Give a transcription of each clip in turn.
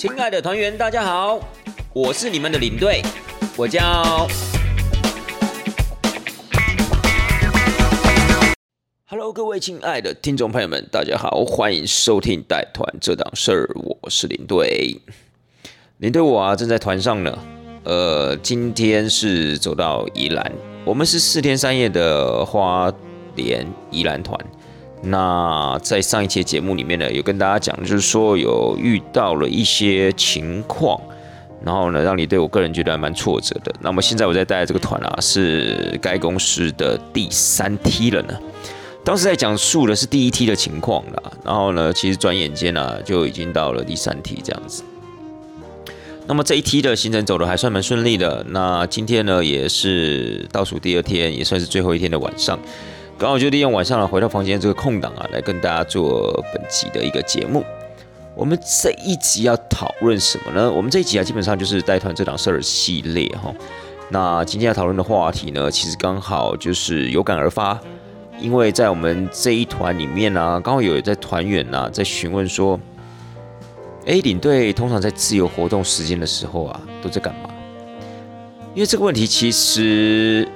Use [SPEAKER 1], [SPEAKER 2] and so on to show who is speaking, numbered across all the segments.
[SPEAKER 1] 亲爱的团员，大家好，我是你们的领队，我叫。Hello， 各位亲爱的听众朋友们，大家好，欢迎收听带团这档事儿，我是领队。领队我正在团上呢，今天是走到宜兰，我们是4天3夜的花莲宜兰团。那在上一期节目里面呢，有跟大家讲，就是说有遇到了一些情况，然后呢，让你对我个人觉得还蛮挫折的。那么现在我在带的这个团是该公司的第3梯了呢。当时在讲述的是第1梯的情况啦，然后呢，其实转眼间就已经到了第3梯这样子。那么这1梯的行程走得还算蛮顺利的。那今天呢，也是倒数第2天，也算是最后1天的晚上。刚好就利用晚上回到房间这个空档来跟大家做本集的一个节目。我们这一集要讨论什么呢？我们这一集基本上就是带团这档事儿系列哈。那今天要讨论的话题呢，其实刚好就是有感而发，因为在我们这一团里面刚好有在团员在询问说，领队通常在自由活动时间的时候都在干嘛？因为这个问题其实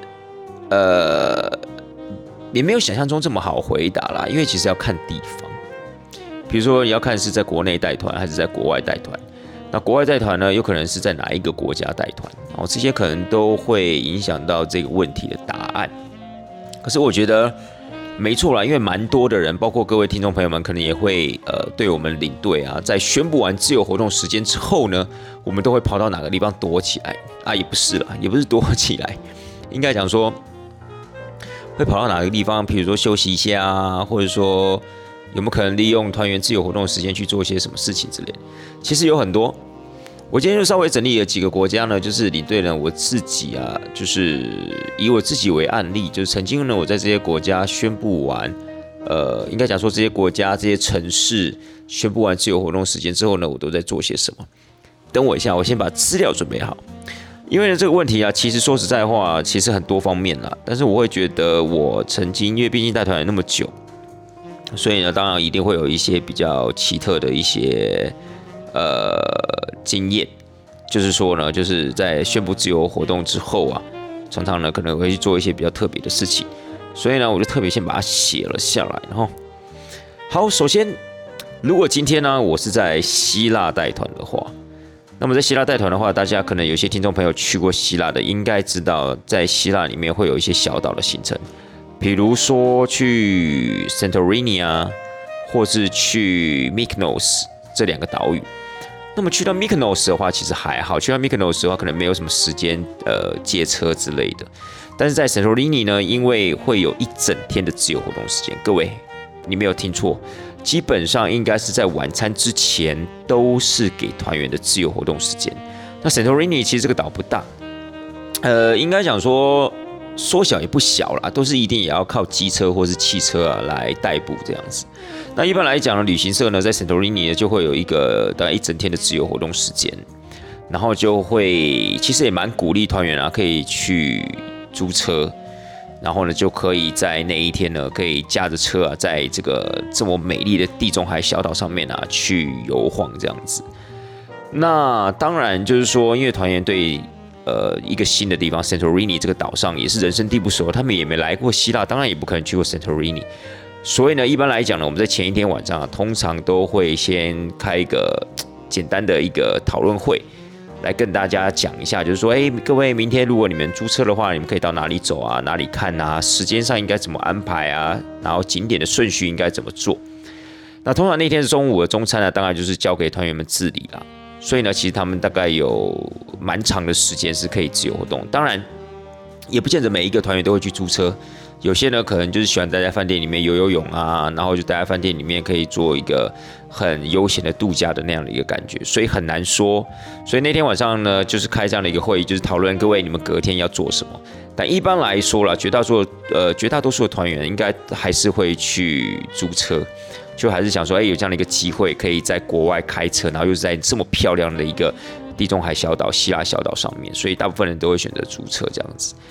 [SPEAKER 1] 也没有想象中这么好回答啦，因为其实要看地方，比如说你要看是在国内带团还是在国外带团。那国外带团呢，有可能是在哪一个国家带团，这些可能都会影响到这个问题的答案。可是我觉得没错啦，因为蛮多的人，包括各位听众朋友们，可能也会对我们领队在宣布完自由活动时间之后呢，我们都会跑到哪个地方躲起来也不是啦，也不是躲起来，应该讲说会跑到哪个地方，比如说休息一下或者说有没有可能利用团员自由活动的时间去做一些什么事情之类的。其实有很多，我今天就稍微整理了几个国家呢，就是领队呢我自己就是以我自己为案例，就是曾经呢我在这些国家宣布完，应该讲说这些国家这些城市宣布完自由活动时间之后呢，我都在做些什么。等我一下，我先把资料准备好。因为呢这个问题其实说实在话，其实很多方面啦，但是我会觉得我曾经，因为毕竟带团那么久，所以呢，当然一定会有一些比较奇特的一些经验，就是说呢，就是在宣布自由活动之后常常呢可能会去做一些比较特别的事情，所以呢，我就特别先把它写了下来。然后，好，首先，如果今天呢我是在希腊带团的话。那么在希腊带团的话，大家可能有些听众朋友去过希腊的，应该知道在希腊里面会有一些小岛的行程，比如说去 Santorini 或是去 Mykonos 这2个岛屿。那么去到 Mykonos 的话，其实还好，去到 Mykonos 的话，可能没有什么时间借车之类的。但是在 Santorini 呢，因为会有1整天的自由活动时间，各位你没有听错。基本上应该是在晚餐之前都是给团员的自由活动时间。那 Santorini 其实这个岛不大，应该讲说缩小也不小啦，都是一定也要靠机车或是汽车来代步这样子。那一般来讲呢，旅行社呢在 Santorini 呢就会有一个大概1整天的自由活动时间，然后就会其实也蛮鼓励团员可以去租车。然后呢，就可以在那一天呢，可以驾着车在这个这么美丽的地中海小岛上面去游晃这样子。那当然就是说，因为团员对一个新的地方 Santorini 这个岛上也是人生地不熟，他们也没来过希腊，当然也不可能去过 Santorini。所以呢，一般来讲呢，我们在前1天晚上通常都会先开一个简单的一个讨论会。来跟大家讲一下，就是说，各位，明天如果你们租车的话，你们可以到哪里走哪里看时间上应该怎么安排然后景点的顺序应该怎么做。那通常那天中午的中餐当然就是交给团员们自理啦。所以呢，其实他们大概有蛮长的时间是可以自由活动。当然，也不见得每一个团员都会去租车。有些呢，可能就是喜欢待在饭店里面游泳然后就待在饭店里面可以做一个很悠闲的度假的那样的一个感觉，所以很难说。所以那天晚上呢，就是开这样的一个会议，就是讨论各位你们隔天要做什么。但一般来说啦，绝大多数的团员应该还是会去租车，就还是想说，有这样的一个机会，可以在国外开车，然后又是在这么漂亮的一个地中海小岛、希腊小岛上面，所以大部分人都会选择租车这样子。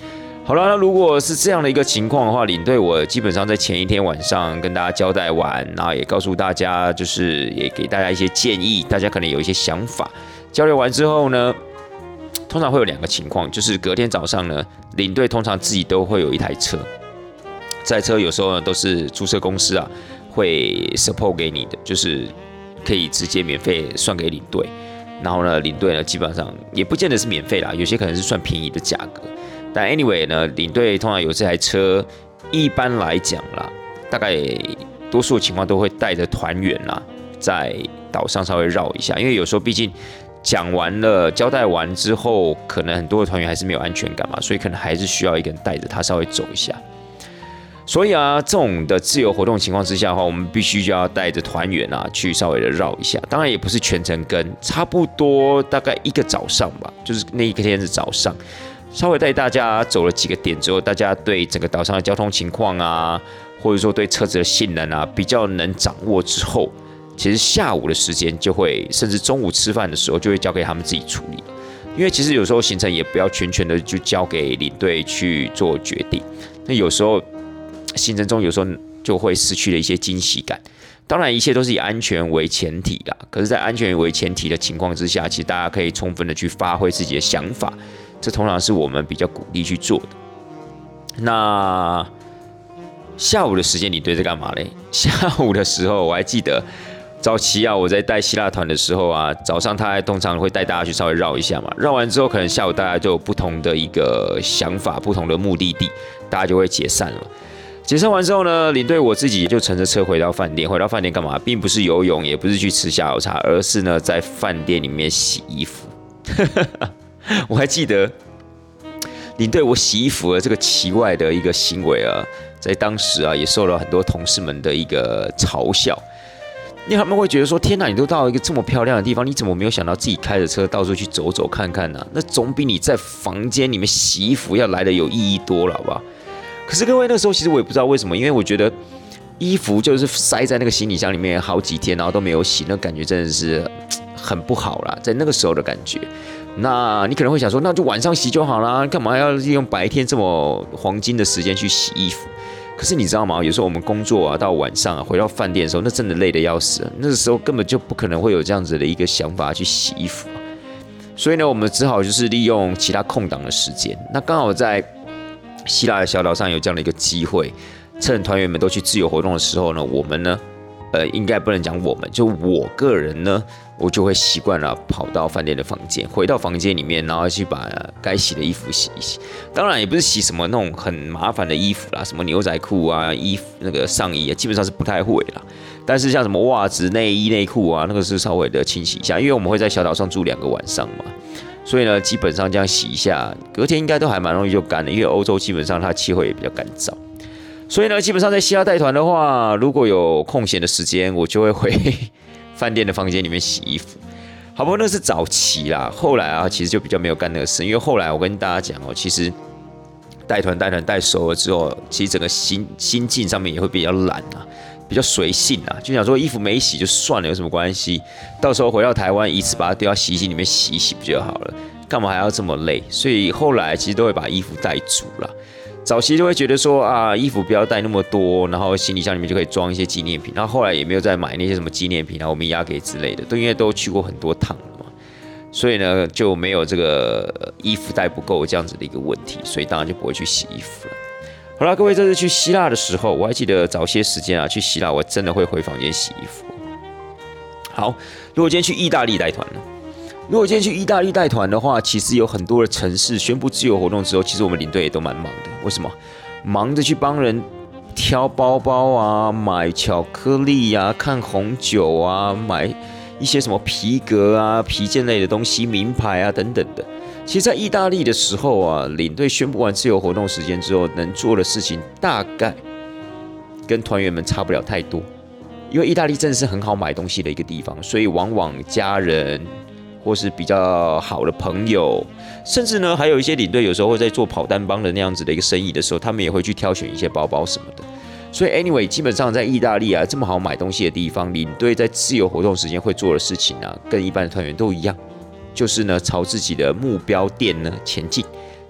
[SPEAKER 1] 好了，那如果是这样的一个情况的话，领队我基本上在前一天晚上跟大家交代完，然后也告诉大家，就是也给大家一些建议，大家可能有一些想法。交流完之后呢，通常会有2个情况，就是隔天早上呢，领队通常自己都会有一台车，这台车有时候呢都是租车公司啊会 support 给你的，就是可以直接免费算给领队。然后呢，领队呢基本上也不见得是免费啦，有些可能是算便宜的价格。但 anyway 呢，领队通常有这台车，一般来讲啦，大概多数情况都会带着团员啦，在岛上稍微绕一下，因为有时候毕竟讲完了、交代完之后，可能很多的团员还是没有安全感嘛，所以可能还是需要一个人带着他稍微走一下。所以啊，这种的自由活动情况之下的话，我们必须就要带着团员啊去稍微的绕一下。当然也不是全程跟，差不多大概一个早上吧，就是那一天是早上，稍微带大家走了几个点之后，大家对整个岛上的交通情况啊，或者说对车子的性能啊，比较能掌握之后，其实下午的时间就会，甚至中午吃饭的时候就会交给他们自己处理。因为其实有时候行程也不要全权的就交给领队去做决定，那有时候行程中有时候就会失去了一些惊喜感。当然，一切都是以安全为前提啦。可是，在安全为前提的情况之下，其实大家可以充分的去发挥自己的想法，这通常是我们比较鼓励去做的。那下午的时间，领队在干嘛嘞？下午的时候，我还记得早期啊，我在带希腊团的时候啊，早上他通常会带大家去稍微绕一下嘛，绕完之后，可能下午大家就有不同的一个想法，不同的目的地，大家就会解散了。解散完之后呢，领队我自己就乘着车回到饭店。回到饭店干嘛？并不是游泳，也不是去吃下午茶，而是呢在饭店里面洗衣服。我还记得领队我洗衣服的这个奇怪的一个行为啊，在当时啊也受到很多同事们的一个嘲笑。因为他们会觉得说：“天哪，你都到一个这么漂亮的地方，你怎么没有想到自己开着车到处去走走看看呢？那总比你在房间里面洗衣服要来的有意义多了，好不好？”可是各位，那时候其实我也不知道为什么，因为我觉得衣服就是塞在那个行李箱里面好几天，然后都没有洗，那感觉真的是很不好啦，在那个时候的感觉。那你可能会想说，那就晚上洗就好啦，干嘛要利用白天这么黄金的时间去洗衣服？可是你知道吗？有时候我们工作啊，到晚上啊，回到饭店的时候，那真的累得要死啊。那个时候根本就不可能会有这样子的一个想法去洗衣服啊。所以呢，我们只好就是利用其他空档的时间。那刚好在希腊的小岛上有这样的一个机会，趁团员们都去自由活动的时候呢，我们呢，应该不能讲我们，就我个人呢，我就会习惯了跑到饭店的房间，回到房间里面，然后去把该洗的衣服洗一洗。当然也不是洗什么那种很麻烦的衣服啦，什么牛仔裤啊、衣服那个上衣啊，基本上是不太会啦。但是像什么袜子、内衣、内裤啊，那个是稍微的清洗一下，因为我们会在小岛上住2个晚上嘛。所以呢，基本上这样洗一下，隔天应该都还蛮容易就干的，因为欧洲基本上它气候也比较干燥。所以呢，基本上在希腊带团的话，如果有空闲的时间，我就会回饭店的房间里面洗衣服。好不过那是早期啦，后来啊，其实就比较没有干那个事，因为后来我跟大家讲哦，其实带团带熟了之后，其实整个心境上面也会比较懒啊。比较随性啊，就想说衣服没洗就算了，有什么关系？到时候回到台湾，一次把它丢到洗衣机里面洗一洗不就好了？干嘛还要这么累？所以后来其实都会把衣服带足啦。早期就会觉得说啊，衣服不要带那么多，然后行李箱里面就可以装一些纪念品。然后后来也没有再买那些什么纪念品啊、欧米亚给之类的，都因为都去过很多趟了嘛，所以呢就没有这个衣服带不够这样子的一个问题，所以当然就不会去洗衣服了。好啦，各位，这次去希腊的时候，我还记得早些时间啊，去希腊我真的会回房间洗衣服。好，如果今天去意大利带团呢？如果今天去意大利带团的话，其实有很多的城市宣布自由活动之后，其实我们领队也都蛮忙的。为什么？忙着去帮人挑包包啊，买巧克力啊，看红酒啊，买一些什么皮革啊、皮件类的东西、名牌啊等等的。其实，在意大利的时候啊，领队宣布完自由活动时间之后，能做的事情大概跟团员们差不了太多。因为意大利真的是很好买东西的一个地方，所以往往家人或是比较好的朋友，甚至呢还有一些领队有时候会在做跑单帮的那样子的一个生意的时候，他们也会去挑选一些包包什么的。所以 anyway， 基本上在意大利啊这么好买东西的地方，领队在自由活动时间会做的事情啊，跟一般的团员都一样。就是呢，朝自己的目标店呢前进，然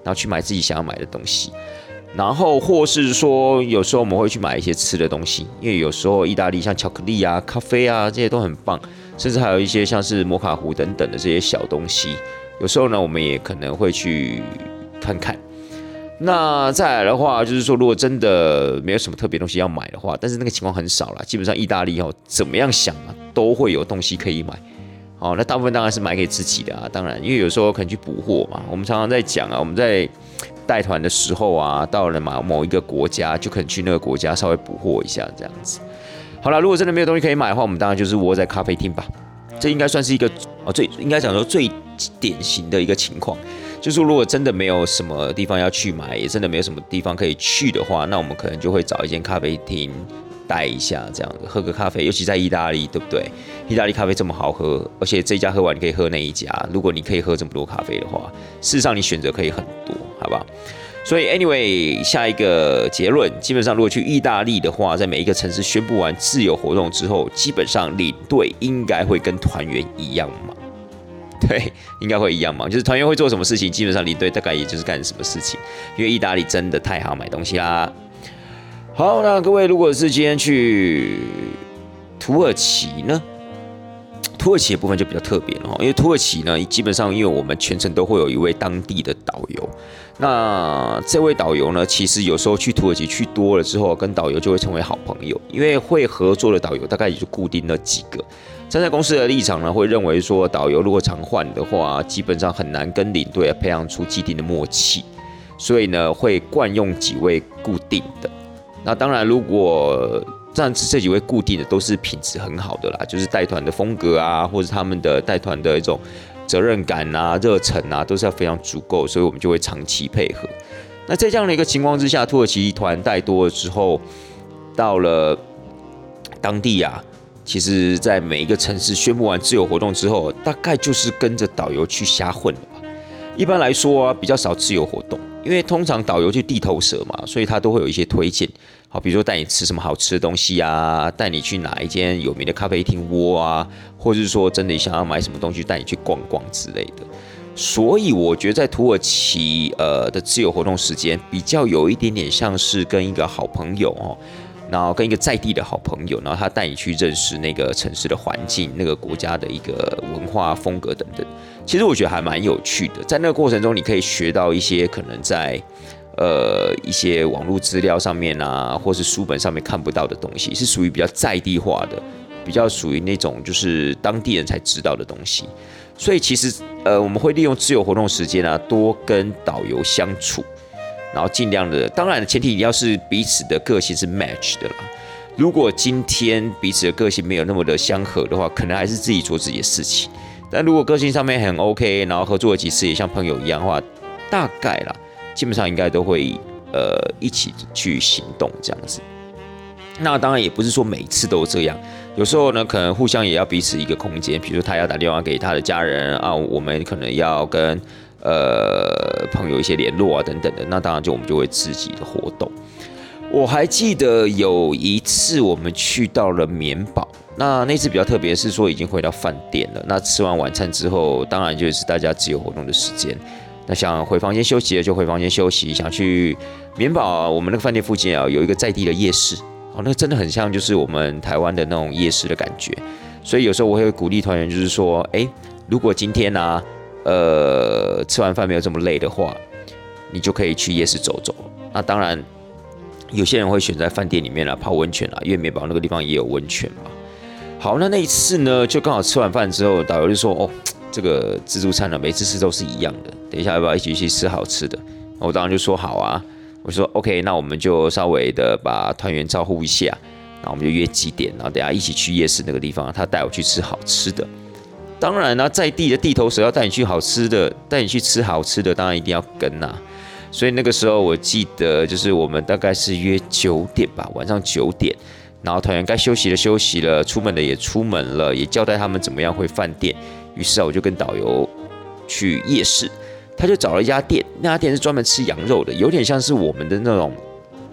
[SPEAKER 1] 然后去买自己想要买的东西。然后或是说，有时候我们会去买一些吃的东西，因为有时候意大利像巧克力啊、咖啡啊这些都很棒，甚至还有一些像是摩卡壶等等的这些小东西，有时候呢我们也可能会去看看。那再来的话，就是说，如果真的没有什么特别东西要买的话，但是那个情况很少啦，基本上意大利怎么样想啊，都会有东西可以买。好，那大部分当然是买给自己的啊，当然，因为有时候可能去补货嘛。我们常常在讲啊，我们在带团的时候啊，到了某一个国家，就可能去那个国家稍微补货一下这样子。好了，如果真的没有东西可以买的话，我们当然就是窝在咖啡厅吧。这应该算是一个应该讲说最典型的一个情况。就是说，如果真的没有什么地方要去买，也真的没有什么地方可以去的话，那我们可能就会找一间咖啡厅待一下，这样子喝个咖啡。尤其在意大利，对不对？意大利咖啡这么好喝，而且这一家喝完你可以喝那一家。如果你可以喝这么多咖啡的话，事实上你选择可以很多，好不好？所以 anyway， 下一个结论，基本上如果去意大利的话，在每一个城市宣布完自由活动之后，基本上领队应该会跟团员一样忙。对，应该会一样忙，就是团员会做什么事情，基本上领队大概也就是干什么事情，因为意大利真的太好买东西啦。好，那各位如果是今天去土耳其呢？土耳其的部分就比较特别了，因为土耳其呢，基本上因为我们全程都会有一位当地的导游，那这位导游呢，其实有时候去土耳其去多了之后，跟导游就会成为好朋友，因为会合作的导游大概也就固定那几个。站在公司的立场呢，会认为说导游如果常换的话，基本上很难跟领队培养出既定的默契，所以呢会惯用几位固定的。那当然，如果这几位固定的都是品质很好的啦，就是带团的风格啊，或者他们的带团的一种责任感啊、热忱啊，都是要非常足够，所以我们就会长期配合。那在这样的一个情况之下，土耳其团带多了之后，到了当地啊。其实，在每一个城市宣布完自由活动之后，大概就是跟着导游去瞎混了吧。一般来说啊，比较少自由活动，因为通常导游就地头蛇嘛，所以他都会有一些推荐。好，比如说带你吃什么好吃的东西啊，带你去哪一间有名的咖啡厅窝啊，或者是说真的想要买什么东西，带你去逛逛之类的。所以我觉得在土耳其的自由活动时间，比较有一点点像是跟一个好朋友然后跟一个在地的好朋友，然后他带你去认识那个城市的环境、那个国家的一个文化风格等等。其实我觉得还蛮有趣的，在那个过程中，你可以学到一些可能在一些网络资料上面啊，或是书本上面看不到的东西，是属于比较在地化的，比较属于那种就是当地人才知道的东西。所以其实我们会利用自由活动时间啊，多跟导游相处。然后尽量的，当然前提你要是彼此的个性是 match 的啦。如果今天彼此的个性没有那么的相合的话，可能还是自己做自己的事情。但如果个性上面很 OK， 然后合作了几次也像朋友一样的话，大概啦，基本上应该都会一起去行动这样子。那当然也不是说每次都这样，有时候呢可能互相也要彼此一个空间，比如说他要打电话给他的家人啊，我们可能要跟朋友一些联络啊等等的，那当然我们就会自己的活动。我还记得有一次我们去到了棉堡，那次比较特别是说已经回到饭店了，那吃完晚餐之后，当然就是大家自由活动的时间。那想回房间休息的就回房间休息，想去棉堡我们那个饭店附近啊有一个在地的夜市，那真的很像就是我们台湾的那种夜市的感觉。所以有时候我会鼓励团员，就是说，如果今天啊吃完饭没有这么累的话，你就可以去夜市走走。那当然，有些人会选在饭店里面泡温泉因为棉堡那个地方也有温泉嘛。好，那一次呢，就刚好吃完饭之后，导游就说：“这个自助餐呢，每次吃都是一样的，等一下要不要一起去吃好吃的？”我当然就说好啊。我说 OK， 那我们就稍微的把团员招呼一下，然后我们就约几点，然后等一下一起去夜市那个地方，他带我去吃好吃的。当然啦，在地的地头蛇要带你去好吃的，带你去吃好吃的，当然一定要跟啊。所以那个时候我记得，就是我们大概是约9点吧，晚上9点，然后团员该休息的休息了，出门的也出门了，也交代他们怎么样回饭店。于是我就跟导游去夜市，他就找了一家店，那家店是专门吃羊肉的，有点像是我们的那种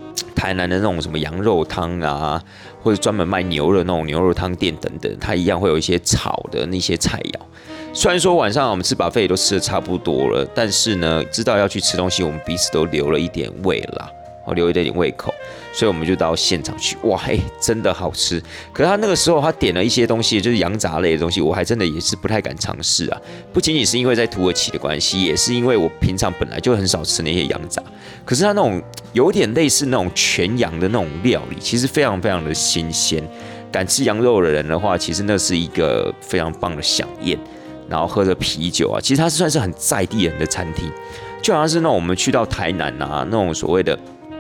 [SPEAKER 1] 台南的那种什么羊肉汤啊，或者专门卖牛肉那种牛肉汤店等等，它一样会有一些炒的那些菜肴。虽然说晚上我们吃buffet都吃的差不多了，但是呢，知道要去吃东西，我们彼此都留了一点胃啦。留一点胃口，所以我们就到现场去。哇，真的好吃！可是他那个时候他点了一些东西，就是羊杂类的东西，我还真的也是不太敢尝试啊。不仅仅是因为在土耳其的关系，也是因为我平常本来就很少吃那些羊杂。可是他那种有点类似那种全羊的那种料理，其实非常非常的新鲜。敢吃羊肉的人的话，其实那是一个非常棒的飨宴。然后喝着啤酒啊，其实它算是很在地人的餐厅，就好像是那种我们去到台南啊，那种所谓的。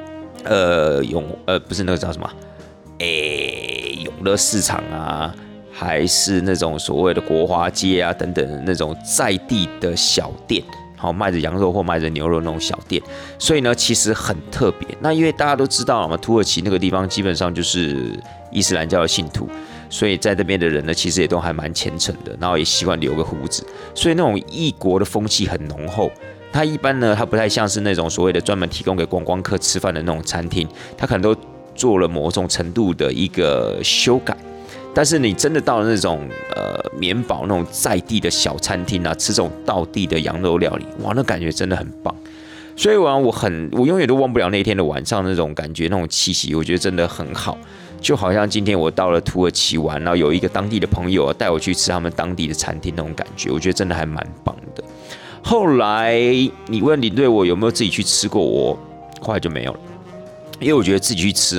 [SPEAKER 1] 不是那个叫什么？永乐市场啊，还是那种所谓的国华街啊等等的那种在地的小店，好卖着羊肉或卖着牛肉那种小店，所以呢，其实很特别。那因为大家都知道了嘛，土耳其那个地方基本上就是伊斯兰教的信徒，所以在这边的人呢，其实也都还蛮虔诚的，然后也习惯留个胡子，所以那种异国的风气很浓厚。它一般呢，它不太像是那种所谓的专门提供给观光客吃饭的那种餐厅，它可能都做了某种程度的一个修改。但是你真的到了那种棉堡那种在地的小餐厅啊，吃这种道地的羊肉料理，哇，那感觉真的很棒。所以我永远都忘不了那天的晚上那种感觉，那种气息，我觉得真的很好。就好像今天我到了土耳其玩，然后有一个当地的朋友带我去吃他们当地的餐厅那种感觉，我觉得真的还蛮棒的。后来你问领队我有没有自己去吃过，我后来就没有了，因为我觉得自己去吃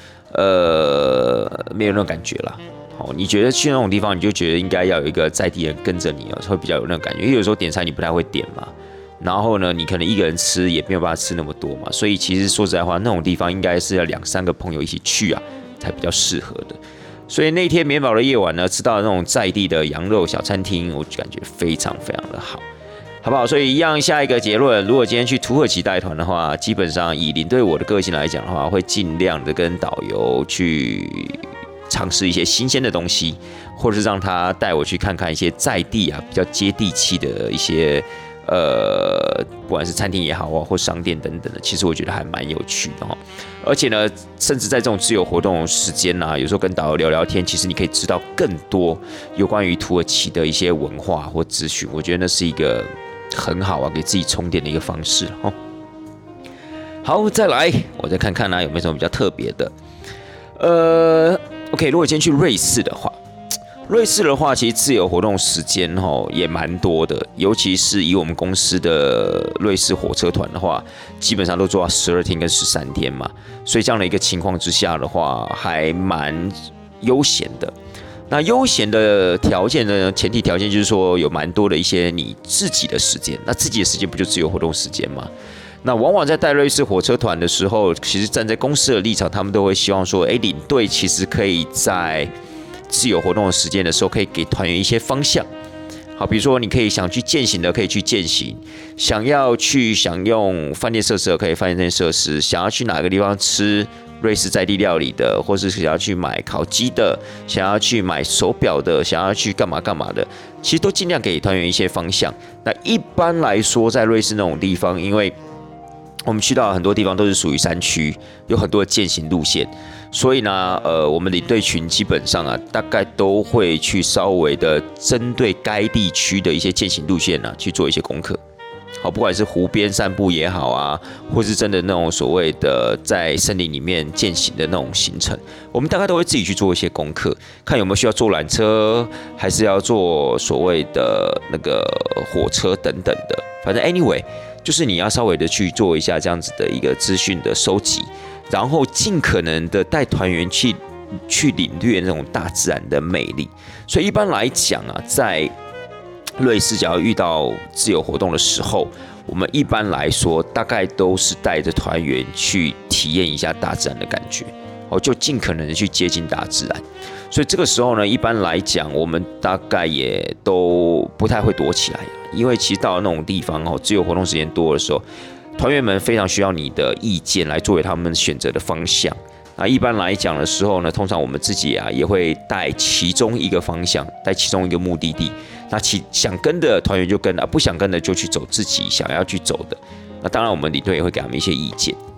[SPEAKER 1] 没有那种感觉啦。你觉得去那种地方，你就觉得应该要有一个在地人跟着你会比较有那种感觉，因为有时候点餐你不太会点嘛，然后呢，你可能一个人吃也没有办法吃那么多嘛，所以其实说实在话，那种地方应该是要2-3个朋友一起去啊，才比较适合的。所以那天棉堡的夜晚呢，吃到那种在地的羊肉小餐厅，我就感觉非常非常的好。好不好？所以一样，下一个结论，如果今天去土耳其带团的话，基本上以领队我的个性来讲的话，会尽量的跟导游去尝试一些新鲜的东西，或者是让他带我去看看一些在地啊比较接地气的一些不管是餐厅也好啊，或商店等等的，其实我觉得还蛮有趣的哦。而且呢，甚至在这种自由活动时间啊，有时候跟导游聊聊天，其实你可以知道更多有关于土耳其的一些文化或资讯。我觉得那是一个很好啊，给自己充电的一个方式哦。好，再来，我再看看有没有什么比较特别的。OK， 如果今天去瑞士的话，其实自由活动时间也蛮多的，尤其是以我们公司的瑞士火车团的话，基本上都做到12天跟13天嘛，所以这样的一个情况之下的话，还蛮悠闲的。那悠闲的条件呢？前提条件就是说有蛮多的一些你自己的时间，那自己的时间不就自由活动时间吗？那往往在带瑞士火车团的时候，其实站在公司的立场，他们都会希望说，领队其实可以在自由活动的时间的时候，可以给团员一些方向。好，比如说你可以想去健行的，可以去健行；想要去享用饭店设施的，可以饭店设施；想要去哪个地方吃瑞士在地料理的，或是想要去买烤鸡的，想要去买手表的，想要去干嘛干嘛的，其实都尽量给团员一些方向。那一般来说，在瑞士那种地方，因为我们去到很多地方都是属于山区，有很多的健行路线，所以呢，我们领队群基本上大概都会去稍微的针对该地区的一些健行路线去做一些功课。好，不管是湖边散步也好啊，或是真的那种所谓的在森林里面健行的那种行程，我们大概都会自己去做一些功课，看有没有需要坐缆车，还是要坐所谓的那个火车等等的。反正 anyway， 就是你要稍微的去做一下这样子的一个资讯的收集，然后尽可能的带团员去领略那种大自然的魅力。所以一般来讲在瑞士只要遇到自由活动的时候，我们一般来说大概都是带着团员去体验一下大自然的感觉，就尽可能的去接近大自然。所以这个时候呢，一般来讲，我们大概也都不太会躲起来，因为其实到了那种地方自由活动时间多的时候，团员们非常需要你的意见来作为他们选择的方向。那一般来讲的时候呢，通常我们自己也会带其中一个方向，带其中一个目的地。那想跟的团员就跟，不想跟的就去走自己想要去走的。那当然，我们领队也会给他们一些意见。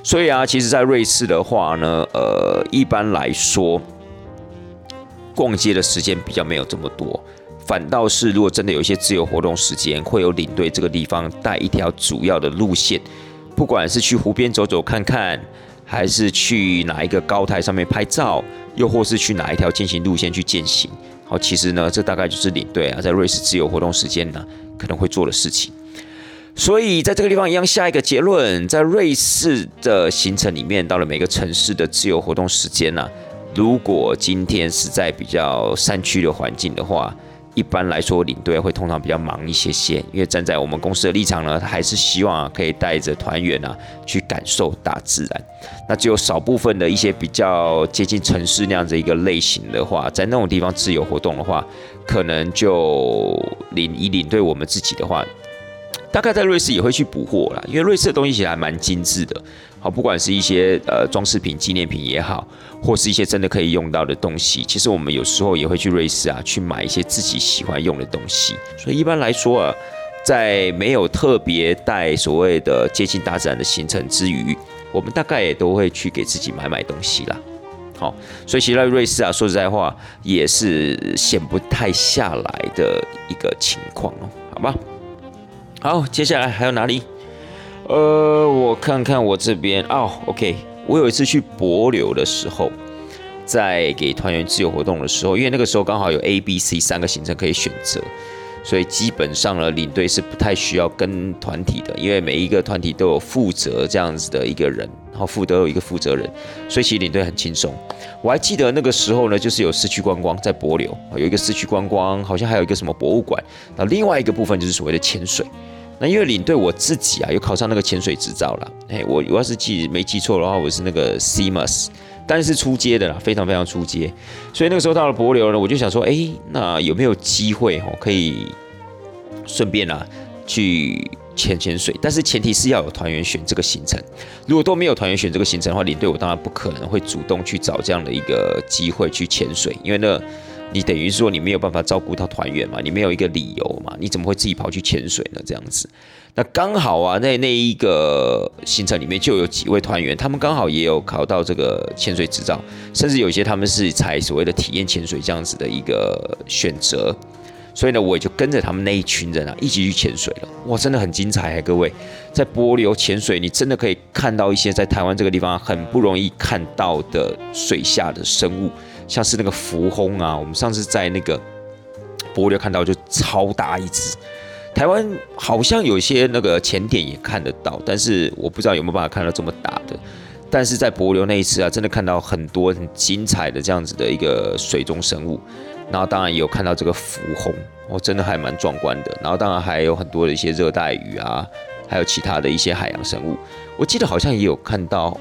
[SPEAKER 1] 所以啊，其实在瑞士的话呢，一般来说，逛街的时间比较没有这么多，反倒是如果真的有一些自由活动时间，会有领队这个地方带一条主要的路线，不管是去湖边走走看看，还是去哪一个高台上面拍照，又或是去哪一条健行路线去健行。好，其实呢，这大概就是领队啊，在瑞士自由活动时间呢，可能会做的事情。所以在这个地方一样下一个结论，在瑞士的行程里面，到了每个城市的自由活动时间呢，如果今天是在比较山区的环境的话，一般来说领队会通常比较忙一些些，因为站在我们公司的立场呢，他还是希望可以带着团员去感受大自然。那只有少部分的一些比较接近城市那样子一个类型的话，在那种地方自由活动的话，可能就以领队我们自己的话，大概在瑞士也会去补货啦，因为瑞士的东西其实还蛮精致的，好，不管是一些装饰品、纪念品也好，或是一些真的可以用到的东西，其实我们有时候也会去瑞士去买一些自己喜欢用的东西。所以一般来说在没有特别带所谓的接近大自然的行程之余，我们大概也都会去给自己买东西啦。好，所以其实在瑞士说实在话，也是闲不太下来的一个情况好吧？好，接下来还有哪里？我看看我这边OK， 我有一次去帛琉的时候，在给团员自由活动的时候，因为那个时候刚好有 A、B、C 3个行程可以选择，所以基本上呢，领队是不太需要跟团体的，因为每一个团体都有负责这样子的一个人，然后都有一个负责人，所以其实领队很轻松。我还记得那个时候呢，就是有市区观光在帛琉，有一个市区观光，好像还有一个什么博物馆，那另外一个部分就是所谓的潜水。那因为领队我自己有考上那个潜水执照啦，我要是没记错的话，我是那个 CMAS， 但是初阶的啦，非常非常初阶。所以那个时候到了帛琉呢，我就想说，那有没有机会可以顺便去潜水？但是前提是要有团员选这个行程。如果都没有团员选这个行程的话，领队我当然不可能会主动去找这样的一个机会去潜水，因为呢，你等于说你没有办法照顾到团员嘛，你没有一个理由嘛，你怎么会自己跑去潜水呢？这样子，那刚好在那一个行程里面就有几位团员，他们刚好也有考到这个潜水执照，甚至有些他们是采所谓的体验潜水这样子的一个选择，所以呢，我也就跟着他们那一群人一起去潜水了。哇，真的很精彩各位，在帛琉潜水，你真的可以看到一些在台湾这个地方很不容易看到的水下的生物。像是那个浮烘我们上次在那个帛琉看到就超大一只，台湾好像有些那个潜点也看得到，但是我不知道有没有办法看到这么大的。但是在帛琉那一次真的看到很多很精彩的这样子的一个水中生物，然后当然也有看到这个浮烘，真的还蛮壮观的。然后当然还有很多的一些热带鱼还有其他的一些海洋生物，我记得好像也有看到，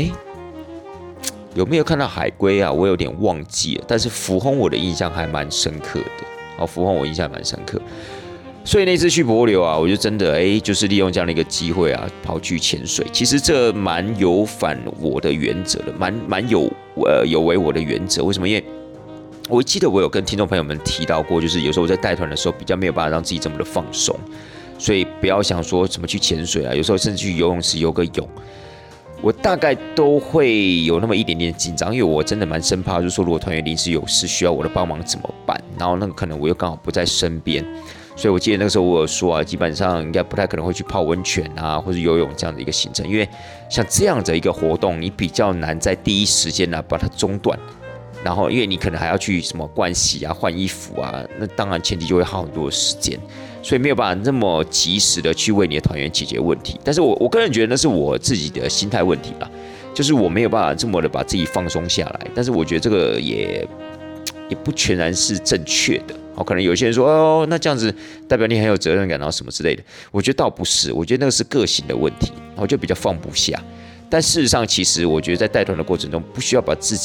[SPEAKER 1] 有没有看到海龟我有点忘记了，但是浮烘我的印象还蛮深刻的。浮烘我印象蛮深刻，所以那次去帛琉我就真的就是利用这样的一个机会跑去潜水。其实这蛮有反我的原则的，蛮有违我的原则。为什么？因为我记得我有跟听众朋友们提到过，就是有时候我在带团的时候比较没有办法让自己这么的放松，所以不要想说怎么去潜水有时候甚至去游泳池游个泳。我大概都会有那么一点点紧张，因为我真的蛮生怕，就是说如果团员临时有事需要我的帮忙怎么办？然后那个可能我又刚好不在身边，所以我记得那个时候我有说基本上应该不太可能会去泡温泉或者游泳这样的一个行程，因为像这样的一个活动，你比较难在第一时间把它中断。然后因为你可能还要去什么盥洗换衣服那当然前提就会耗很多的时间，所以没有办法那么及时的去为你的团员解决问题。但是我个人觉得那是我自己的心态问题啦，就是我没有办法这么的把自己放松下来。但是我觉得这个也不全然是正确的。可能有些人说那这样子代表你很有责任感什么之类的，我觉得倒不是，我觉得那个是个性的问题，我就比较放不下。但事实上，其实我觉得在带团的过程中，不需要把自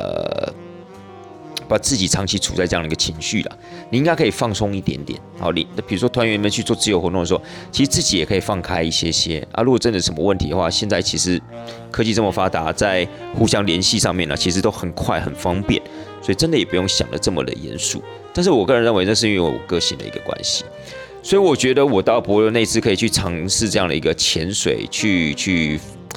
[SPEAKER 1] 己长期处在这样的一个情绪啦，你应该可以放松一点点。比如说团员们去做自由活动的时候，其实自己也可以放开一些些如果真的有什么问题的话，现在其实科技这么发达，在互相联系上面其实都很快很方便，所以真的也不用想得这么的严肃。但是我个人认为，那是因为我个性的一个关系，所以我觉得我到帛琉那次可以去尝试这样的一个潜水，去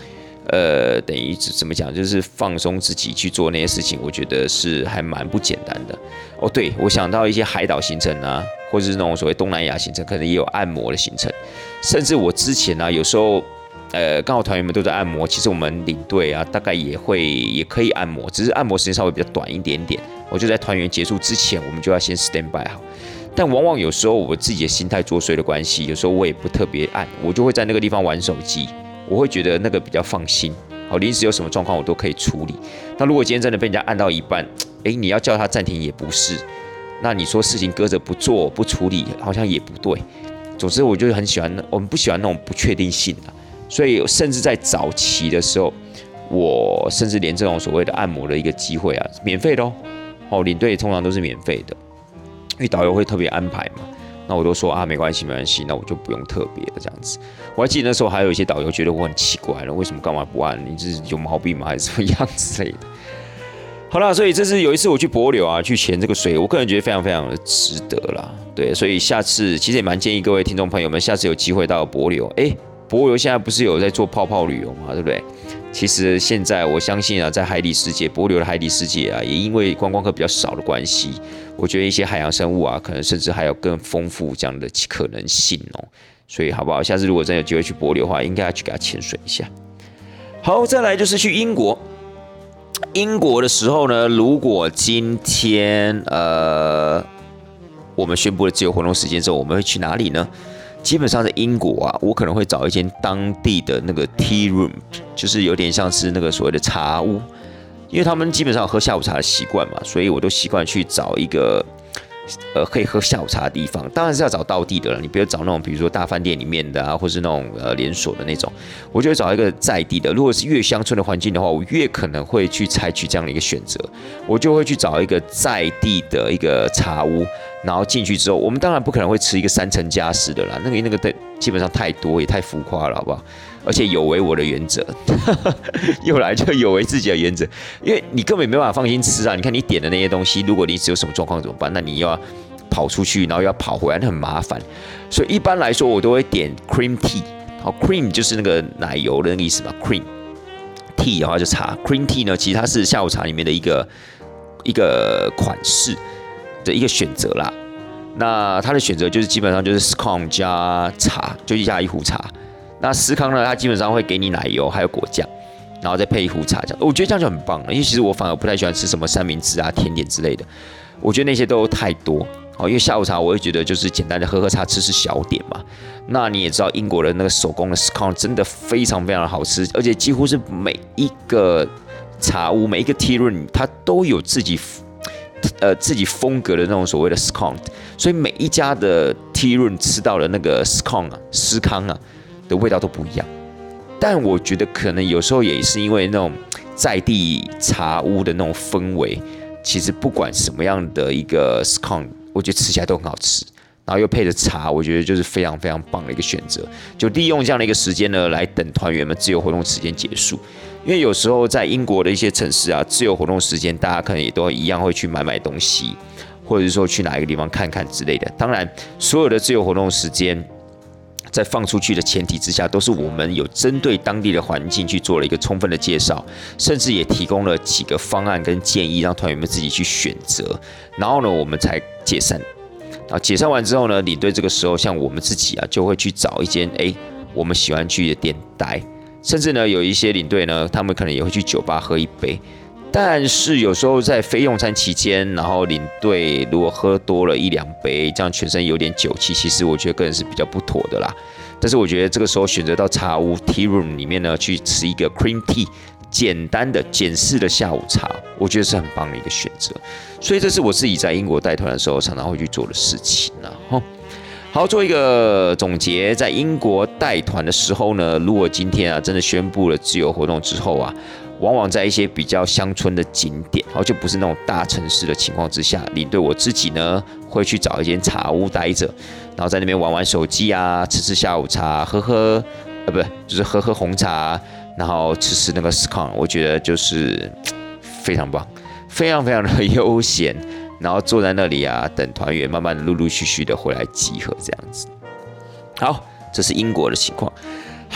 [SPEAKER 1] 等于怎么讲，就是放松自己去做那些事情，我觉得是还蛮不简单的。哦，对，我想到一些海岛行程啊，或者是那种所谓东南亚行程，可能也有按摩的行程。甚至我之前啊，有时候刚好团员们都在按摩，其实我们领队啊，大概也可以按摩，只是按摩时间稍微比较短一点点。我就在团员结束之前，我们就要先 stand by 好。但往往有时候我自己的心态作祟的关系，有时候我也不特别按，我就会在那个地方玩手机。我会觉得那个比较放心，好，临时有什么状况我都可以处理。那如果今天真的被人家按到一半，你要叫他暂停也不是，那你说事情搁着不做不处理，好像也不对。总之，我就很喜欢，我们不喜欢那种不确定性啊。所以，甚至在早期的时候，我甚至连这种所谓的按摩的一个机会啊，免费的哦，领队通常都是免费的，因为导游会特别安排嘛。那我都说啊，没关系，那我就不用特别的这样子。我还记得那时候还有一些导游觉得我很奇怪了，为什么干嘛不按？你是有毛病吗？还是什么样之类的？好啦，所以这是有一次我去帛琉啊，去潜这个水，我个人觉得非常非常的值得啦。对，所以下次其实也蛮建议各位听众朋友们，下次有机会到帛琉，帛琉现在不是有在做泡泡旅游嘛，对不对？其实现在我相信啊，在海底世界，帛琉的海底世界啊，也因为观光客比较少的关系，我觉得一些海洋生物啊，可能甚至还有更丰富这样的可能性哦。所以好不好？下次如果真有机会去帛琉的话，应该要去给他潜水一下。好，再来就是去英国。英国的时候呢，如果今天我们宣布了自由活动时间之后，我们会去哪里呢？基本上在英国啊，我可能会找一间当地的那个 tea room， 就是有点像是那个所谓的茶屋，因为他们基本上有喝下午茶的习惯嘛，所以我都习惯去找一个可以喝下午茶的地方。当然是要找道地的了，你不要找那种比如说大饭店里面的啊，或是那种连锁的那种。我就会找一个在地的。如果是越乡村的环境的话，我越可能会去采取这样的一个选择，我就会去找一个在地的一个茶屋。然后进去之后，我们当然不可能会吃一个3层加式的啦，那个基本上太多也太浮夸了，好不好？而且有违我的原则，又来就有违自己的原则，因为你根本没办法放心吃啊！你看你点的那些东西，如果你只有什么状况怎么办？那你又要跑出去，然后又要跑回来，那很麻烦。所以一般来说，我都会点 cream tea。好 ，cream 就是那个奶油的那个意思嘛 ，cream tea 的话就茶 ，cream tea 呢，其实它是下午茶里面的一个款式的一个选择啦。那它的选择就是基本上就是 scone 加茶，就加一壶茶。那司康呢，它基本上会给你奶油还有果酱，然后再配一壶茶，这样我觉得这样就很棒了。因为其实我反而不太喜欢吃什么三明治啊、甜点之类的，我觉得那些都太多。因为下午茶我会觉得就是简单的喝喝茶、吃小点嘛。那你也知道英国的那个手工的 scone 真的非常非常的好吃，而且几乎是每一个茶屋、每一个 tea room 它都有自己风格的那种所谓的 scone， 所以每一家的 tea room 吃到的那个 scone 啊、司康啊的味道都不一样。但我觉得可能有时候也是因为那种在地茶屋的那种氛围，其实不管什么样的一个 scone， 我觉得吃起来都很好吃。然后又配着茶，我觉得就是非常非常棒的一个选择。就利用这样的一个时间呢，来等团员们自由活动时间结束。因为有时候在英国的一些城市啊，自由活动时间大家可能也都一样会去买东西，或者是说去哪一个地方看看之类的。当然，所有的自由活动时间在放出去的前提之下，都是我们有针对当地的环境去做了一个充分的介绍，甚至也提供了几个方案跟建议，让团员们自己去选择。然后呢，我们才解散。然后解散完之后呢，领队这个时候像我们自己啊，就会去找一间我们喜欢去的店待，甚至呢有一些领队呢，他们可能也会去酒吧喝一杯。但是有时候在非用餐期间，然后领队如果喝多了1-2杯，这样全身有点酒气，其实我觉得个人是比较不妥的啦。但是我觉得这个时候选择到茶屋 tea room 里面呢，去吃一个 cream tea。简单的简式的下午茶，我觉得是很棒的一个选择，所以这是我自己在英国带团的时候常常会去做的事情啦。好，做一个总结，在英国带团的时候呢，如果今天啊真的宣布了自由活动之后啊，往往在一些比较乡村的景点，就不是那种大城市的情况之下，领队我自己呢会去找一间茶屋待着，然后在那边玩手机啊，吃下午茶，就是喝红茶。然后吃那个 scone， 我觉得就是非常棒，非常非常的悠闲。然后坐在那里啊，等团员慢慢的陆陆续续的回来集合这样子。好，这是英国的情况。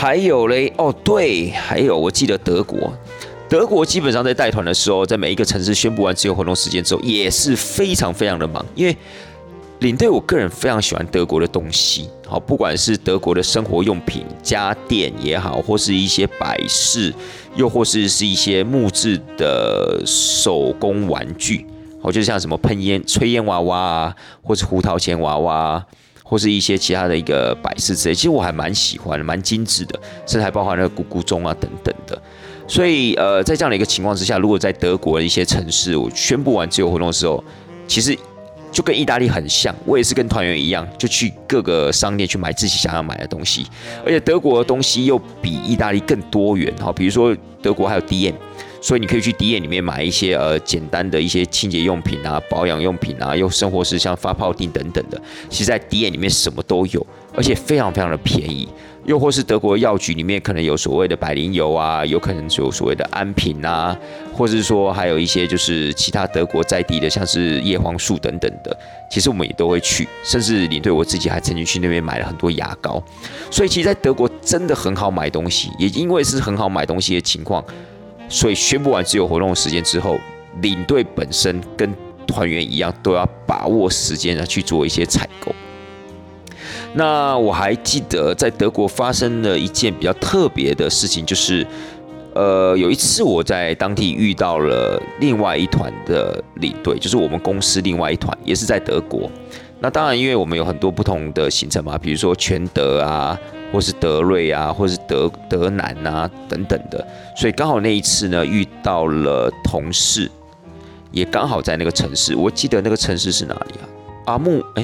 [SPEAKER 1] 还有嘞，哦对，还有我记得德国。德国基本上在带团的时候，在每一个城市宣布完自由活动时间之后，也是非常非常的忙，因为领队我个人非常喜欢德国的东西，好，不管是德国的生活用品、家电也好，或是一些摆饰，又或是一些木质的手工玩具，好，就像什么炊烟娃娃啊，或是胡桃钳娃娃，或是一些其他的一个摆饰之类，其实我还蛮喜欢的，蛮精致的，甚至还包含那个咕咕钟啊等等的。所以在这样的一个情况之下，如果在德国的一些城市，我宣布完自由活动的时候，其实就跟意大利很像，我也是跟团员一样，就去各个商店去买自己想要买的东西，而且德国的东西又比意大利更多元，好，比如说德国还有 DM， 所以你可以去 DM 里面买一些简单的一些清洁用品啊、保养用品啊，又生活时像发泡锭等等的，其实在 DM 里面什么都有，而且非常非常的便宜。又或是德国药局里面可能有所谓的百灵油啊，有可能有所谓的安瓶啊，或者是说还有一些就是其他德国在地的，像是叶黄素等等的，其实我们也都会去，甚至领队我自己还曾经去那边买了很多牙膏，所以其实在德国真的很好买东西，也因为是很好买东西的情况，所以宣布完自由活动的时间之后，领队本身跟团员一样都要把握时间来去做一些采购。那我还记得在德国发生了一件比较特别的事情，就是有一次我在当地遇到了另外一团的领队，就是我们公司另外一团，也是在德国。那当然，因为我们有很多不同的行程嘛，比如说全德啊，或是德瑞啊，或是德南啊等等的，所以刚好那一次呢遇到了同事，也刚好在那个城市。我记得那个城市是哪里啊？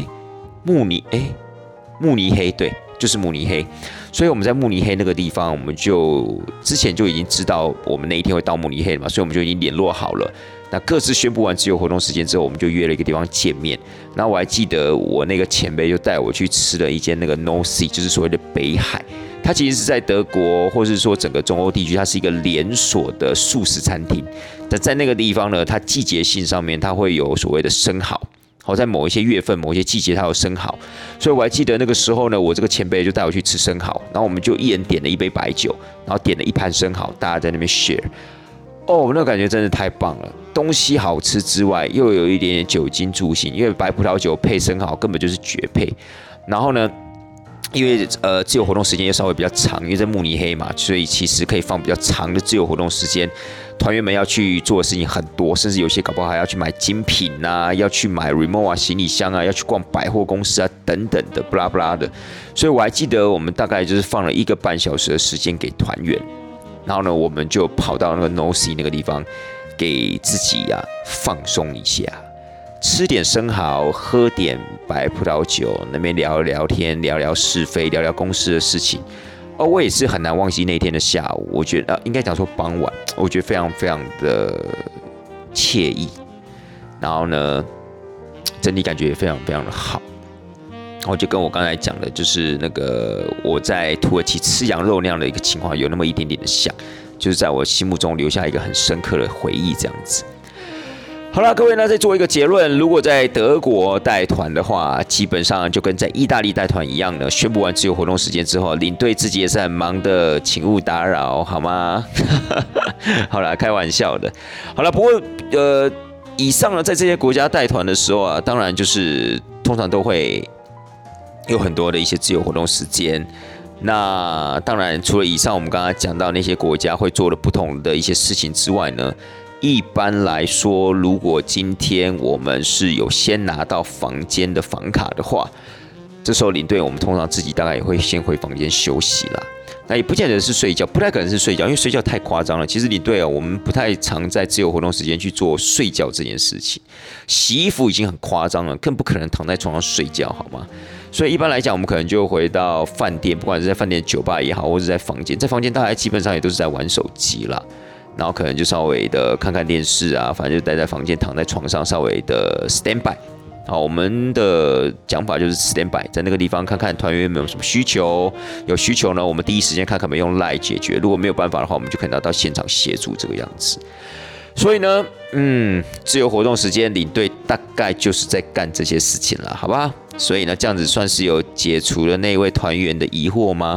[SPEAKER 1] 慕尼黑，对，就是慕尼黑。所以我们在慕尼黑那个地方，我们就之前就已经知道我们那一天会到慕尼黑了嘛，所以我们就已经联络好了。那各自宣布完自由活动时间之后，我们就约了一个地方见面。然后我还记得我那个前辈就带我去吃了一间那个 No Sea， 就是所谓的北海。它其实是在德国，或是说整个中欧地区，它是一个连锁的素食餐厅。但在那个地方呢，它季节性上面，它会有所谓的生蚝。好，在某一些月份、某一些季节，它有生蚝，所以我还记得那个时候呢，我这个前辈就带我去吃生蚝，然后我们就一人点了一杯白酒，然后点了一盘生蚝，大家在那边 share。哦，那感觉真的太棒了，东西好吃之外，又有一点点酒精助兴，因为白葡萄酒配生蚝根本就是绝配。然后呢，因为自由活动时间又稍微比较长，因为在慕尼黑嘛，所以其实可以放比较长的自由活动时间。团员们要去做的事情很多，甚至有些搞不好还要去买精品啊，要去买 remote 啊、行李箱啊，要去逛百货公司啊等等的，不拉不拉的。所以我还记得我们大概就是放了1个半小时的时间给团员，然后呢，我们就跑到那个 No Sea 那个地方，给自己放松一下，吃点生蚝，喝点白葡萄酒，那边聊聊天，聊聊是非，聊聊公司的事情。我也是很难忘记那天的下午，我觉得应该讲说傍晚，我觉得非常非常的惬意，然后呢，整体感觉也非常非常的好。然后就跟我刚才讲的，就是那个我在土耳其吃羊肉那样的一个情况，有那么一点点的像，就是在我心目中留下一个很深刻的回忆，这样子。好了，各位呢，再做一个结论：如果在德国带团的话，基本上就跟在意大利带团一样呢。宣布完自由活动时间之后，领队自己也是很忙的，请勿打扰，好吗？好了，开玩笑的。好了，不过以上呢，在这些国家带团的时候啊，当然就是通常都会有很多的一些自由活动时间。那当然，除了以上我们刚刚讲到那些国家会做的不同的一些事情之外呢，一般来说，如果今天我们是有先拿到房间的房卡的话，这时候领队我们通常自己大概也会先回房间休息啦。那也不见得是睡觉，不太可能是睡觉，因为睡觉太夸张了。其实领队我们不太常在自由活动时间去做睡觉这件事情。洗衣服已经很夸张了，更不可能躺在床上睡觉，好吗？所以一般来讲，我们可能就回到饭店，不管是在饭店酒吧也好，或者在房间，在房间大概基本上也都是在玩手机啦。然后可能就稍微的看看电视啊，反正就待在房间，躺在床上，稍微的 stand by。好，我们的讲法就是 stand by， 在那个地方看看团员有没有什么需求，有需求呢，我们第一时间看看有没有用 LINE 解决。如果没有办法的话，我们就可能要到现场协助这个样子。所以呢，自由活动时间领队大概就是在干这些事情了，好吧？所以呢，这样子算是有解除了那位团员的疑惑吗？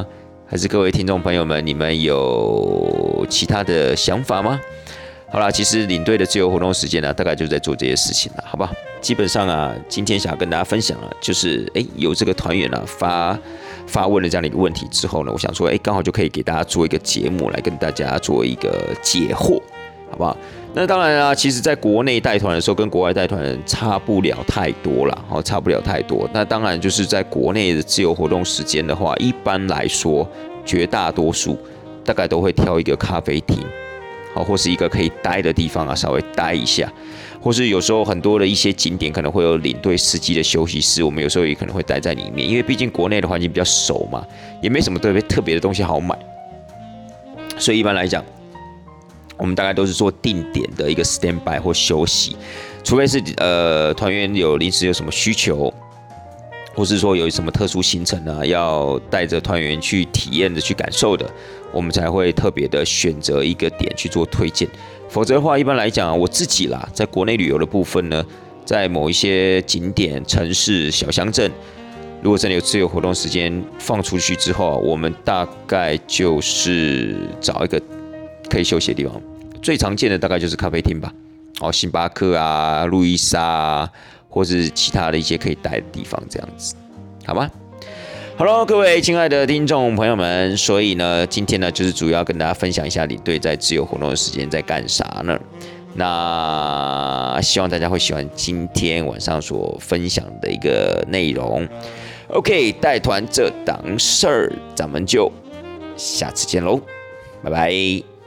[SPEAKER 1] 还是各位听众朋友们，你们有其他的想法吗？好啦，其实领队的自由活动时间呢，大概就在做这些事情了，好不好？基本上啊，今天想要跟大家分享了，就是有这个团员啊发问了这样的一个问题之后呢，我想说，刚好就可以给大家做一个节目来跟大家做一个解惑，好不好？那当然啊，其实在国内带团的时候跟国外带团差不了太多啦，差不了太多。那当然就是在国内的自由活动时间的话，一般来说，绝大多数大概都会挑一个咖啡厅。好，或是一个可以待的地方啊，稍微待一下，或是有时候很多的一些景点可能会有领队司机的休息室，我们有时候也可能会待在里面，因为毕竟国内的环境比较熟嘛，也没什么特别的东西好买，所以一般来讲，我们大概都是做定点的一个 standby 或休息，除非是团员有临时有什么需求。或是说有什么特殊行程啊，要带着团员去体验的、去感受的，我们才会特别的选择一个点去做推荐。否则的话，一般来讲，我自己啦，在国内旅游的部分呢，在某一些景点、城市、小乡镇，如果真的有自由活动时间放出去之后，我们大概就是找一个可以休息的地方。最常见的大概就是咖啡厅吧，星巴克啊、路易莎啊。或是其他的一些可以待的地方，这样子，好吗？好了，各位亲爱的听众朋友们，所以呢，今天呢就是主要跟大家分享一下领队在自由活动的时间在干啥呢？那希望大家会喜欢今天晚上所分享的一个内容。OK， 带团这档事儿，咱们就下次见喽，拜拜。